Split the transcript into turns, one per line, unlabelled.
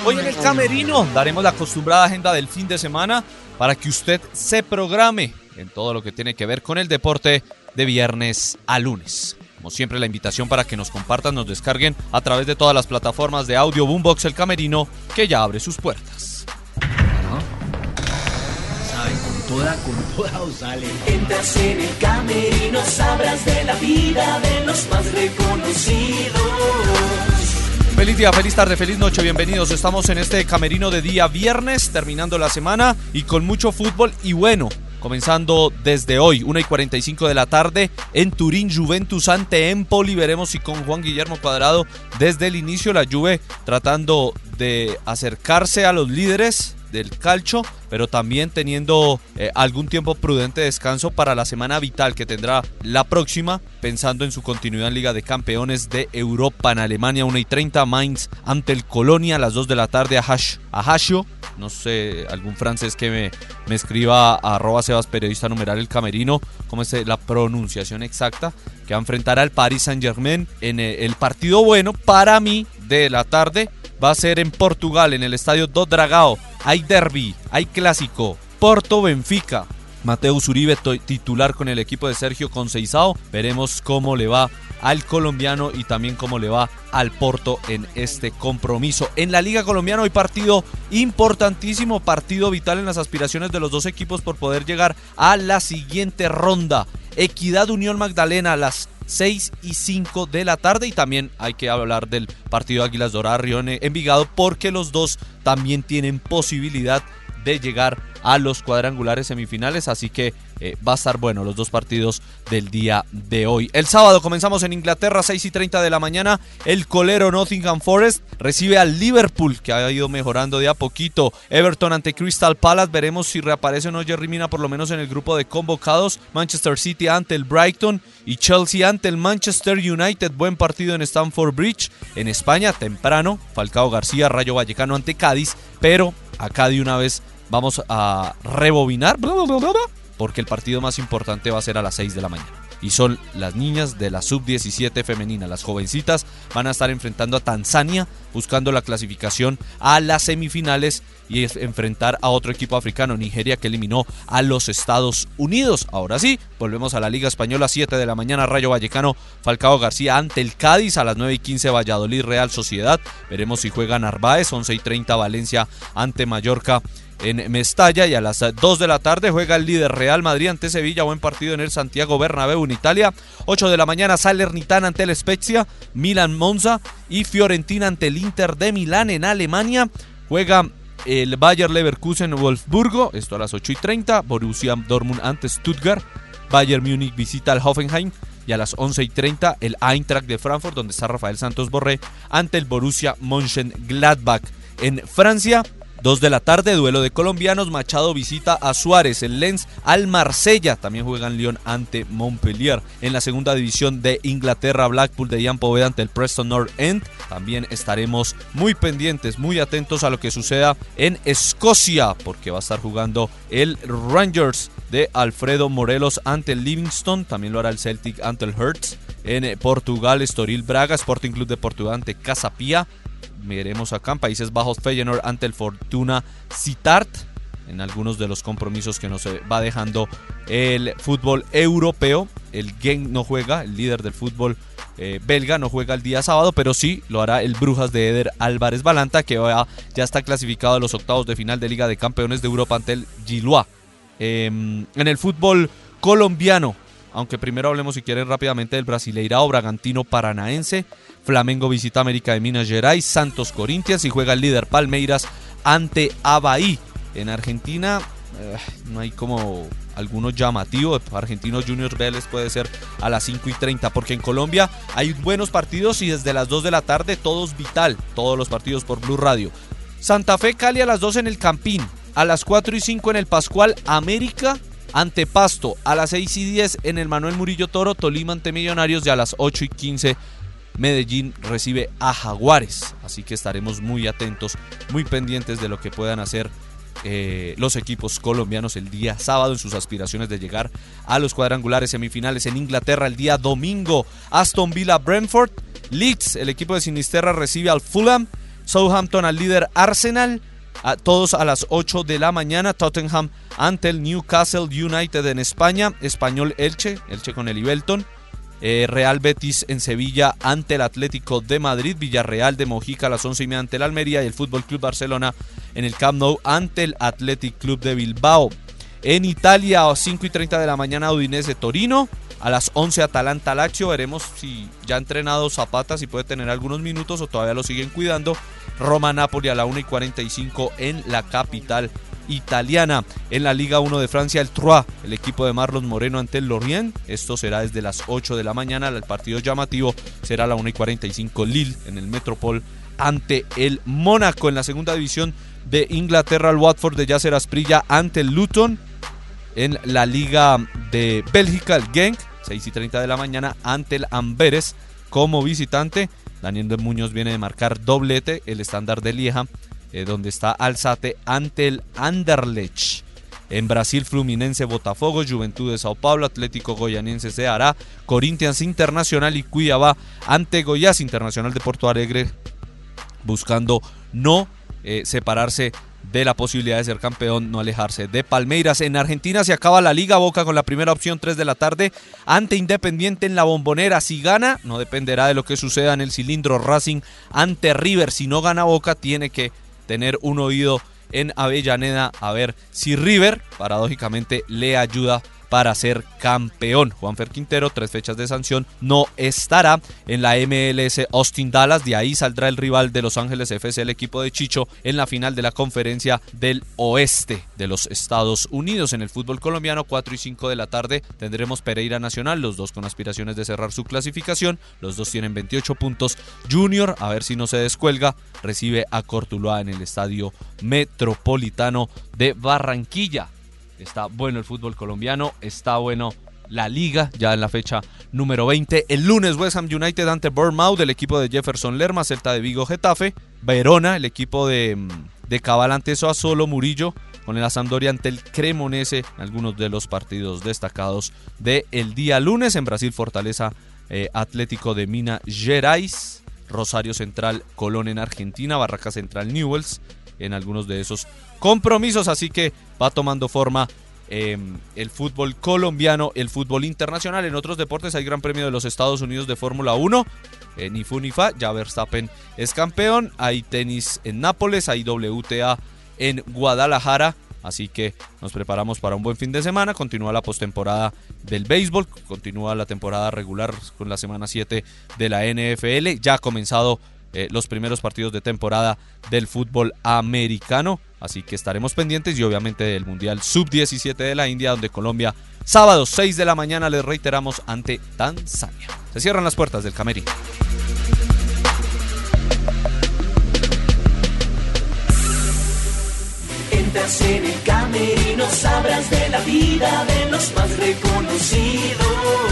Hoy en el Camerino daremos la acostumbrada agenda del fin de semana para que usted se programe en todo lo que tiene que ver con el deporte de viernes a lunes. Como siempre, la invitación para que nos compartan, nos descarguen a través de todas las plataformas de audio Boombox El Camerino, que ya abre sus puertas.
Con toda os sale.
Entras en el Camerino, sabrás de la vida de los más reconocidos.
Feliz día, feliz tarde, feliz noche, bienvenidos. Estamos en este Camerino de día viernes, terminando la semana y con mucho fútbol y bueno, comenzando desde hoy, 1:45 de la tarde, en Turín, Juventus ante Empoli. Veremos si con Juan Guillermo Cuadrado desde el inicio, la Juve tratando de acercarse a los líderes del calcio, pero también teniendo algún tiempo prudente de descanso para la semana vital que tendrá la próxima, pensando en su continuidad en Liga de Campeones de Europa. En Alemania, 1:30, Mainz ante el Colonia, a las 2 de la tarde, Ajaccio, no sé, algún francés que me escriba a @Sebas periodista numeral El Camerino, cómo es la pronunciación exacta, que va a enfrentar al Paris Saint-Germain en el partido bueno para mí de la tarde. Va a ser en Portugal, en el estadio do Dragao. Hay derbi, hay clásico, Porto-Benfica. Mateus Uribe titular con el equipo de Sergio Conceição. Veremos cómo le va al colombiano y también cómo le va al Porto en este compromiso. En la Liga Colombiana hoy partido importantísimo, partido vital en las aspiraciones de los dos equipos por poder llegar a la siguiente ronda. Equidad Unión Magdalena a las 6:05 de la tarde, y también hay que hablar del partido Águilas Doradas Río Envigado, porque los dos también tienen posibilidad de llegar a los cuadrangulares semifinales, así que va a estar bueno los dos partidos del día de hoy. El sábado comenzamos en Inglaterra, 6:30 de la mañana, el colero Nottingham Forest recibe al Liverpool, que ha ido mejorando de a poquito. Everton ante Crystal Palace, veremos si reaparece o no Jerry Mina, por lo menos en el grupo de convocados. Manchester City ante el Brighton y Chelsea ante el Manchester United, buen partido en Stamford Bridge. En España, temprano, Falcao García, Rayo Vallecano ante Cádiz, pero acá de una vez vamos a rebobinar, porque el partido más importante va a ser a las 6 de la mañana. Y son las niñas de la sub-17 femenina. Las jovencitas van a estar enfrentando a Tanzania, buscando la clasificación a las semifinales y enfrentar a otro equipo africano, Nigeria, que eliminó a los Estados Unidos. Ahora sí, volvemos a la Liga Española, 7 de la mañana, Rayo Vallecano, Falcao García ante el Cádiz, a las 9:15 Valladolid, Real Sociedad. Veremos si juega Narváez, 11:30 Valencia ante Mallorca en Mestalla, y a las 2 de la tarde juega el líder Real Madrid ante Sevilla, buen partido en el Santiago Bernabéu en Italia. 8 de la mañana Salernitana ante el Spezia, Milan Monza y Fiorentina ante el Inter de Milán. En Alemania juega el Bayer Leverkusen Wolfsburgo, esto a las 8:30, Borussia Dortmund ante Stuttgart, Bayern Múnich visita al Hoffenheim, y a las 11:30 el Eintracht de Frankfurt, donde está Rafael Santos Borré, ante el Borussia Mönchengladbach. En Francia, 2 de la tarde, duelo de colombianos, Machado visita a Suárez, el Lens al Marsella, también juegan Lyon ante Montpellier. En la segunda división de Inglaterra, Blackpool de Ian Poveda ante el Preston North End. También estaremos muy pendientes, muy atentos a lo que suceda en Escocia, porque va a estar jugando el Rangers de Alfredo Morelos ante el Livingston, también lo hará el Celtic ante el Hearts. En Portugal, Estoril Braga, Sporting Club de Portugal ante Casa Pia. Veremos acá en Países Bajos, Feyenoord ante el Fortuna Sittard, en algunos de los compromisos que nos va dejando el fútbol europeo. El Genk no juega, el líder del fútbol belga no juega el día sábado, pero sí lo hará el Brujas de Eder Álvarez Balanta, que ya está clasificado a los octavos de final de Liga de Campeones de Europa ante el Gilois. En el fútbol colombiano, aunque primero hablemos, si quieren, rápidamente del Brasileirao, Bragantino Paranaense, Flamengo visita América de Minas Gerais, Santos Corinthians, y juega el líder Palmeiras ante Avaí. En Argentina no hay como algunos llamativos. Argentinos Juniors Vélez puede ser a las 5:30, porque en Colombia hay buenos partidos y desde las 2 de la tarde todos vital, todos los partidos por Blue Radio. Santa Fe Cali a las 2 en el Campín, a las 4:05 en el Pascual, América ante Pasto, a las 6:10 en el Manuel Murillo Toro, Tolima ante Millonarios, y a las 8:15 Medellín recibe a Jaguares. Así que estaremos muy atentos, muy pendientes de lo que puedan hacer los equipos colombianos el día sábado en sus aspiraciones de llegar a los cuadrangulares semifinales. En Inglaterra, el día domingo, Aston Villa Brentford, Leeds, el equipo de Sinisterra, recibe al Fulham, Southampton al líder Arsenal, todos a las 8 de la mañana. Tottenham ante el Newcastle United en España. Español Elche con el Ibelton. Real Betis en Sevilla ante el Atlético de Madrid. Villarreal de Mojica a las 11:30 ante el Almería. Y el FC Barcelona en el Camp Nou ante el Athletic Club de Bilbao. En Italia a 5:30 de la mañana Udinese Torino. A las 11 Atalanta Lazio. Veremos si ya ha entrenado Zapata, si puede tener algunos minutos o todavía lo siguen cuidando. Roma Napoli a la 1:45 en la capital italiana. En la Liga 1 de Francia, el Troyes, el equipo de Marlon Moreno ante el Lorient. Esto será desde las 8 de la mañana. El partido llamativo será a la 1:45 Lille en el Metropol ante el Mónaco. En la segunda división de Inglaterra, el Watford de Yasser Asprilla ante el Luton. En la Liga de Bélgica, el Genk, 6:30 de la mañana ante el Amberes como visitante. Daniel Muñoz viene de marcar doblete. El Standard de Lieja, donde está Alzate ante el Anderlecht. En Brasil, Fluminense Botafogo, Juventud de Sao Paulo, Atlético Goianiense Ceará, Corinthians Internacional y Cuiabá ante Goiás Internacional de Porto Alegre, buscando no separarse de la posibilidad de ser campeón, no alejarse de Palmeiras. En Argentina se acaba la Liga. Boca con la primera opción, 3 de la tarde, ante Independiente en la Bombonera. Si gana, no dependerá de lo que suceda en el cilindro. Racing ante River. Si no gana Boca, tiene que tener un oído en Avellaneda a ver si River, paradójicamente, le ayuda para ser campeón. Juanfer Quintero, 3 fechas de sanción, no estará. En la MLS Austin Dallas, de ahí saldrá el rival de Los Ángeles FC, el equipo de Chicho, en la final de la Conferencia del Oeste de los Estados Unidos. En el fútbol colombiano, 4:05 de la tarde, tendremos Pereira Nacional, los dos con aspiraciones de cerrar su clasificación, los dos tienen 28 puntos. Junior, a ver si no se descuelga, recibe a Cortuluá en el Estadio Metropolitano de Barranquilla. Está bueno el fútbol colombiano, está bueno la liga, ya en la fecha número 20. El lunes, West Ham United ante Bournemouth, el equipo de Jefferson Lerma, Celta de Vigo Getafe. Verona, el equipo de Cabal ante Sassuolo, Murillo con la Sampdoria ante el Cremonese, algunos de los partidos destacados del día lunes. En Brasil, Fortaleza Atlético de Minas Gerais, Rosario Central Colón en Argentina, Barraca Central Newell's en algunos de esos compromisos, así que va tomando forma el fútbol colombiano, el fútbol internacional. En otros deportes hay Gran Premio de los Estados Unidos de Fórmula 1, ni fu ni fa, ya Verstappen es campeón, hay tenis en Nápoles, hay WTA en Guadalajara, así que nos preparamos para un buen fin de semana. Continúa la postemporada del béisbol, continúa la temporada regular con la semana 7 de la NFL, ya ha comenzado los primeros partidos de temporada del fútbol americano, así que estaremos pendientes, y obviamente del Mundial Sub-17 de la India, donde Colombia, sábado 6 de la mañana, les reiteramos, ante Tanzania. Se cierran las puertas del camerino.
Entras en el camerino, sabrás de la vida de los más reconocidos.